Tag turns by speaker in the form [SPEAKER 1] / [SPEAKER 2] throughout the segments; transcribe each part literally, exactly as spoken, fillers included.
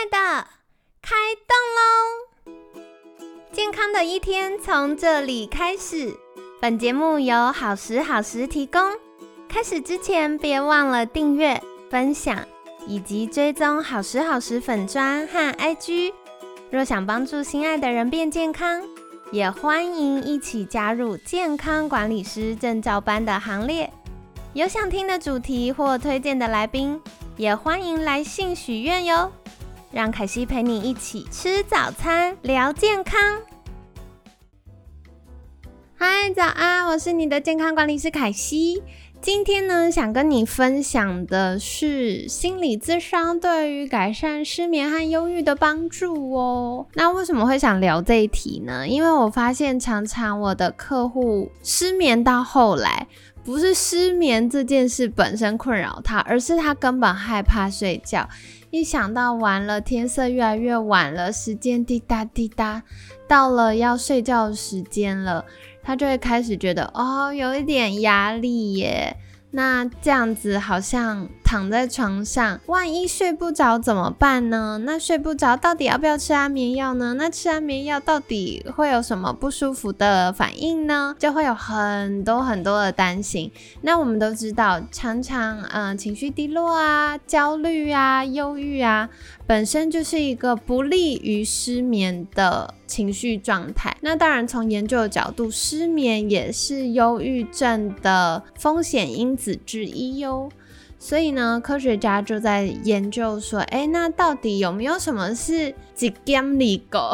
[SPEAKER 1] 的，开动咯！健康的一天从这里开始。本节目由好时好时提供。开始之前别忘了订阅、分享以及追踪好时好时粉专和 I G。 若想帮助心爱的人变健康，也欢迎一起加入健康管理师证照班的行列。有想听的主题或推荐的来宾，也欢迎来信许愿哟。让凯西陪你一起吃早餐，聊健康。嗨，早安，我是你的健康管理师凯西。今天呢，想跟你分享的是心理咨商对于改善失眠和忧郁的帮助哦。那为什么会想聊这一题呢？因为我发现常常我的客户失眠到后来，不是失眠这件事本身困扰他，而是他根本害怕睡觉。一想到完了，天色越来越晚了，时间滴答滴答，到了要睡觉的时间了，他就会开始觉得哦，有一点压力耶。那这样子好像躺在床上，万一睡不着怎么办呢？那睡不着到底要不要吃安眠药呢？那吃安眠药到底会有什么不舒服的反应呢？就会有很多很多的担心。那我们都知道，常常呃情绪低落啊、焦虑啊、忧郁啊，本身就是一个不利于失眠的情绪状态。那当然从研究的角度，失眠也是忧郁症的风险因子之一哟。所以呢，科学家就在研究说，诶，那到底有没有什么是一兼二顾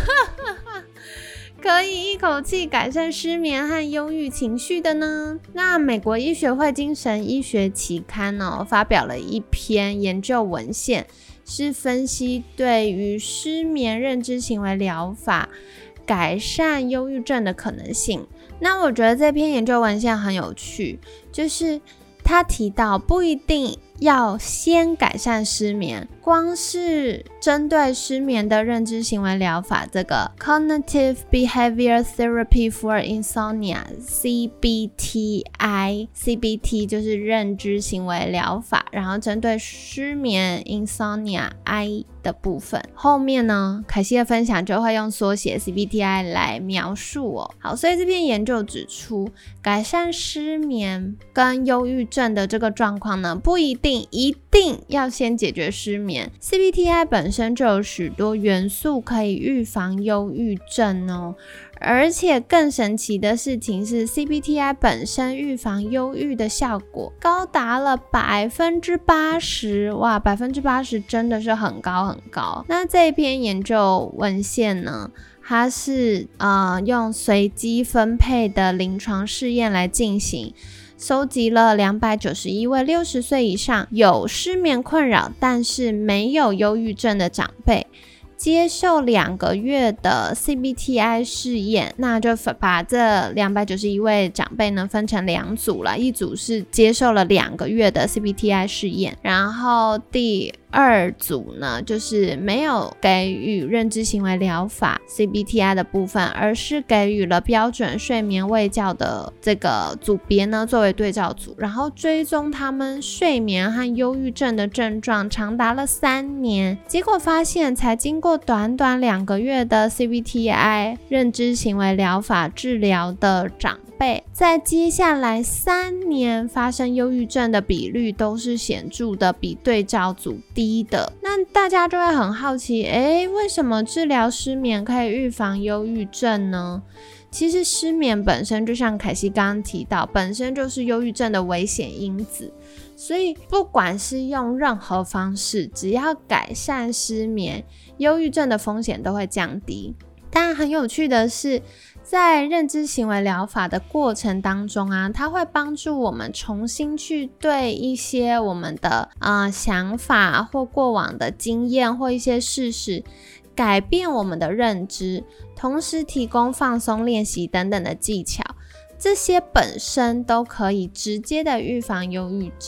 [SPEAKER 1] 可以一口气改善失眠和忧郁情绪的呢？那美国医学会精神医学期刊哦，发表了一篇研究文献，是分析对于失眠认知行为疗法改善忧郁症的可能性。那我觉得这篇研究文献很有趣，就是他提到不一定要先改善失眠，光是针对失眠的认知行为疗法，这个 Cognitive Behavior Therapy for Insomnia C B T I C B T 就是认知行为疗法，然后针对失眠 Insomnia I 的部分，后面呢凯西的分享就会用缩写 C B T I 来描述哦。好，所以这篇研究指出，改善失眠跟忧郁症的这个状况呢，不一定一定要先解决失眠。 C B T I 本身就有许多元素可以预防忧郁症哦，而且更神奇的事情是 C B T I 本身预防忧郁的效果高达了 百分之八十， 哇 百分之八十 真的是很高很高。那这篇研究文献呢，它是呃用随机分配的临床试验来进行，收集了两百九十一位六十岁以上有失眠困扰但是没有忧郁症的长辈，接受两个月的 C B T I 试验。那就把这两百九十一位长辈呢分成两组了，一组是接受了两个月的 C B T I 试验，然后第二组呢就是没有给予认知行为疗法 C B T I 的部分，而是给予了标准睡眠卫教的这个组别呢作为对照组，然后追踪他们睡眠和忧郁症的症状长达了三年。结果发现才经过短短两个月的 C B T I 认知行为疗法治疗的长辈，在接下来三年发生忧郁症的比率都是显著的比对照组低的。那大家就会很好奇，诶，为什么治疗失眠可以预防忧郁症呢？其实失眠本身就像凯西刚刚提到，本身就是忧郁症的危险因子，所以不管是用任何方式，只要改善失眠，忧郁症的风险都会降低。但很有趣的是，在认知行为疗法的过程当中啊，它会帮助我们重新去对一些我们的、呃、想法或过往的经验或一些事实改变我们的认知，同时提供放松练习等等的技巧，这些本身都可以直接的预防忧郁症。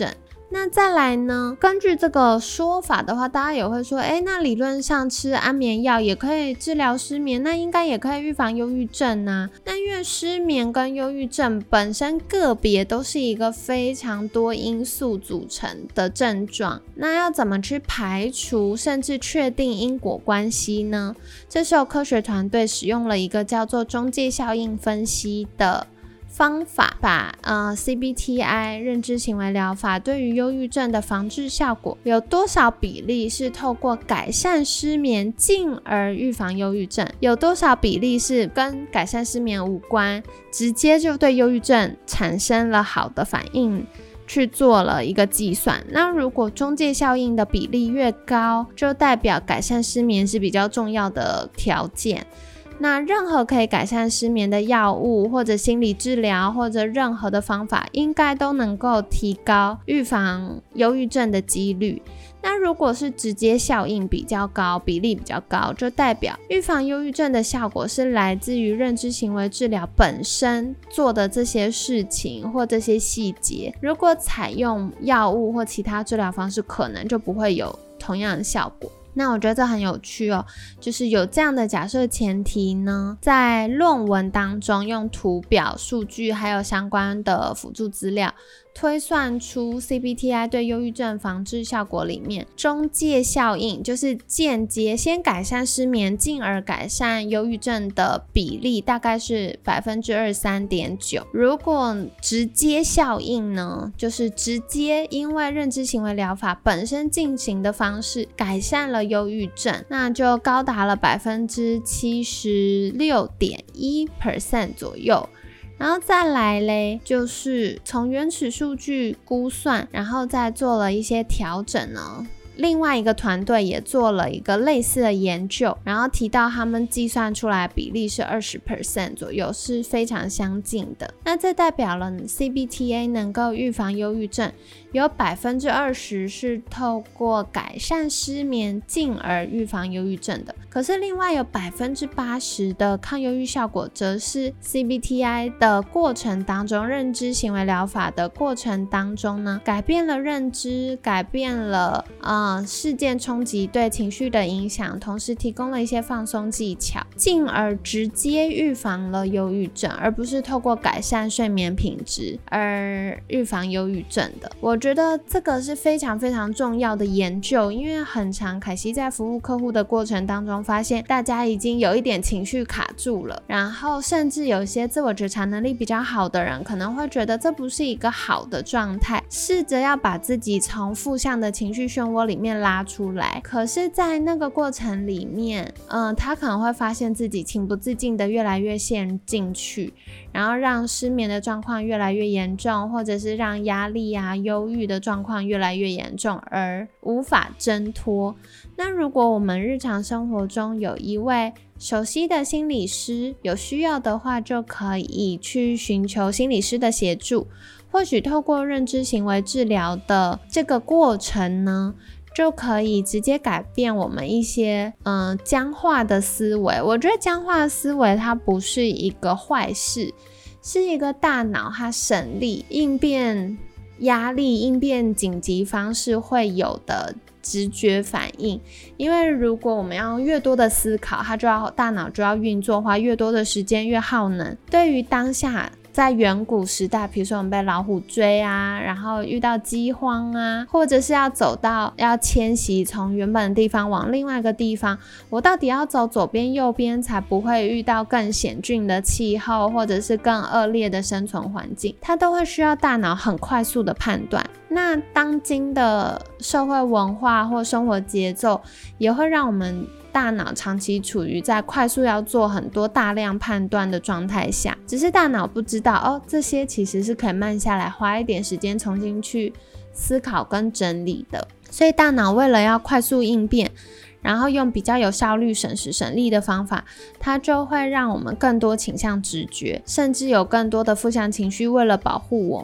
[SPEAKER 1] 那再来呢，根据这个说法的话，大家也会说，诶，那理论上吃安眠药也可以治疗失眠，那应该也可以预防忧郁症啊。那因为失眠跟忧郁症本身个别都是一个非常多因素组成的症状，那要怎么去排除甚至确定因果关系呢？这时候科学团队使用了一个叫做中介效应分析的方法，把呃 C B T I 认知行为疗法对于忧郁症的防治效果有多少比例是透过改善失眠进而预防忧郁症，有多少比例是跟改善失眠无关，直接就对忧郁症产生了好的反应，去做了一个计算。那如果中介效应的比例越高，就代表改善失眠是比较重要的条件。那任何可以改善失眠的药物或者心理治疗或者任何的方法，应该都能够提高预防忧郁症的几率。那如果是直接效应比较高，比例比较高，就代表预防忧郁症的效果是来自于认知行为治疗本身做的这些事情或这些细节。如果采用药物或其他治疗方式，可能就不会有同样的效果。那我觉得这很有趣哦，就是有这样的假设前提呢，在论文当中用图表、数据还有相关的辅助资料推算出 C B T I 对忧郁症防治效果里面中介效应，就是间接先改善失眠进而改善忧郁症的比例大概是 百分之二十三点九。 如果直接效应呢，就是直接因为认知行为疗法本身进行的方式改善了忧郁症，那就高达了 百分之七十六点一 左右。然后再来嘞，就是从原始数据估算，然后再做了一些调整呢。另外一个团队也做了一个类似的研究，然后提到他们计算出来的比例是 百分之二十 左右，是非常相近的。那这代表了 C B T A 能够预防忧郁症，有 百分之二十 是透过改善失眠进而预防忧郁症的。可是另外有 百分之八十 的抗忧郁效果则是 C B T I 的过程当中，认知行为疗法的过程当中呢，改变了认知，改变了呃事件冲击对情绪的影响，同时提供了一些放松技巧，进而直接预防了忧郁症，而不是透过改善睡眠品质而预防忧郁症的。我觉得这个是非常非常重要的研究，因为很常凯西在服务客户的过程当中发现大家已经有一点情绪卡住了，然后甚至有些自我觉察能力比较好的人可能会觉得这不是一个好的状态，试着要把自己从负向的情绪漩涡里面拉出来，可是在那个过程里面嗯，他可能会发现自己情不自禁的越来越陷进去，然后让失眠的状况越来越严重，或者是让压力啊忧郁的状况越来越严重而无法挣脱。那如果我们日常生活中有一位熟悉的心理师，有需要的话就可以去寻求心理师的协助，或许透过认知行为治疗的这个过程呢，就可以直接改变我们一些嗯、呃、僵化的思维。我觉得僵化的思维它不是一个坏事，是一个大脑它省力应变压力应变紧急方式会有的直觉反应。因为如果我们要越多的思考，它就要大脑就要运作，花越多的时间越耗能。对于当下在远古时代，比如说我们被老虎追啊，然后遇到饥荒啊，或者是要走到要迁徙从原本的地方往另外一个地方，我到底要走左边右边才不会遇到更险峻的气候或者是更恶劣的生存环境，它都会需要大脑很快速的判断。那当今的社会文化或生活节奏也会让我们大脑长期处于在快速要做很多大量判断的状态下，只是大脑不知道哦，这些其实是可以慢下来，花一点时间重新去思考跟整理的。所以大脑为了要快速应变，然后用比较有效率省时省力的方法，它就会让我们更多倾向直觉，甚至有更多的负向情绪为了保护我们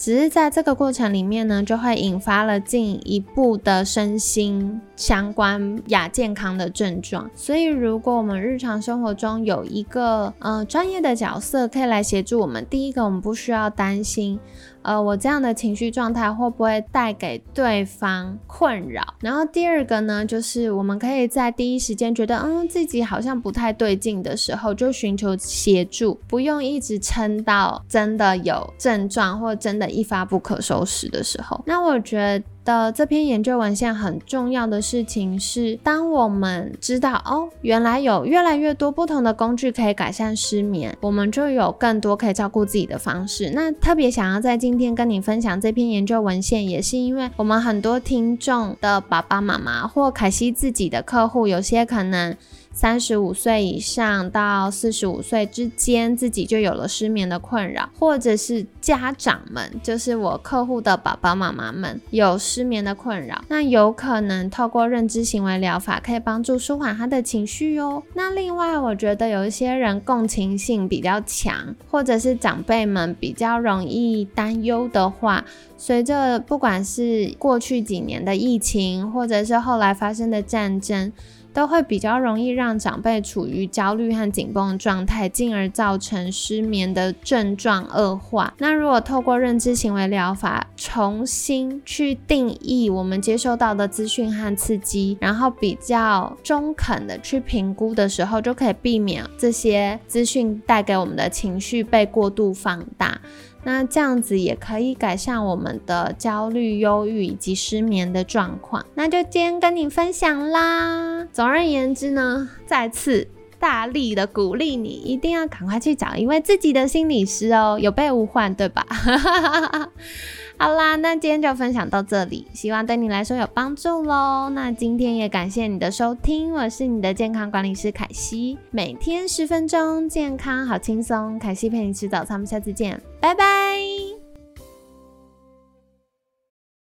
[SPEAKER 1] 只是在这个过程里面呢，就会引发了进一步的身心相关亚健康的症状。所以如果我们日常生活中有一个呃专业的角色可以来协助我们，第一个我们不需要担心呃，我这样的情绪状态会不会带给对方困扰？然后第二个呢，就是我们可以在第一时间觉得，嗯，自己好像不太对劲的时候，就寻求协助，不用一直撑到真的有症状或真的一发不可收拾的时候。那我觉得这篇研究文献很重要的事情是，当我们知道哦，原来有越来越多不同的工具可以改善失眠，我们就有更多可以照顾自己的方式。那特别想要在今天跟你分享这篇研究文献，也是因为我们很多听众的爸爸妈妈或凯西自己的客户，有些可能三十五岁以上到四十五岁之间自己就有了失眠的困扰，或者是家长们，就是我客户的爸爸妈妈们有失眠的困扰，那有可能透过认知行为疗法可以帮助舒缓他的情绪哦。那另外我觉得有一些人共情性比较强，或者是长辈们比较容易担忧的话，随着不管是过去几年的疫情，或者是后来发生的战争，都会比较容易让长辈处于焦虑和紧绷的状态，进而造成失眠的症状恶化。那如果透过认知行为疗法重新去定义我们接受到的资讯和刺激，然后比较中肯的去评估的时候，就可以避免这些资讯带给我们的情绪被过度放大。那这样子也可以改善我们的焦虑、忧郁以及失眠的状况。那就今天跟你分享啦。总而言之呢，再次大力的鼓励你，一定要赶快去找一位自己的心理师哦，有备无患，对吧？好啦，那今天就分享到这里，希望对你来说有帮助咯。那今天也感谢你的收听，我是你的健康管理师凯西，每天十分钟，健康好轻松，凯西陪你吃早餐，我们下次见，拜拜。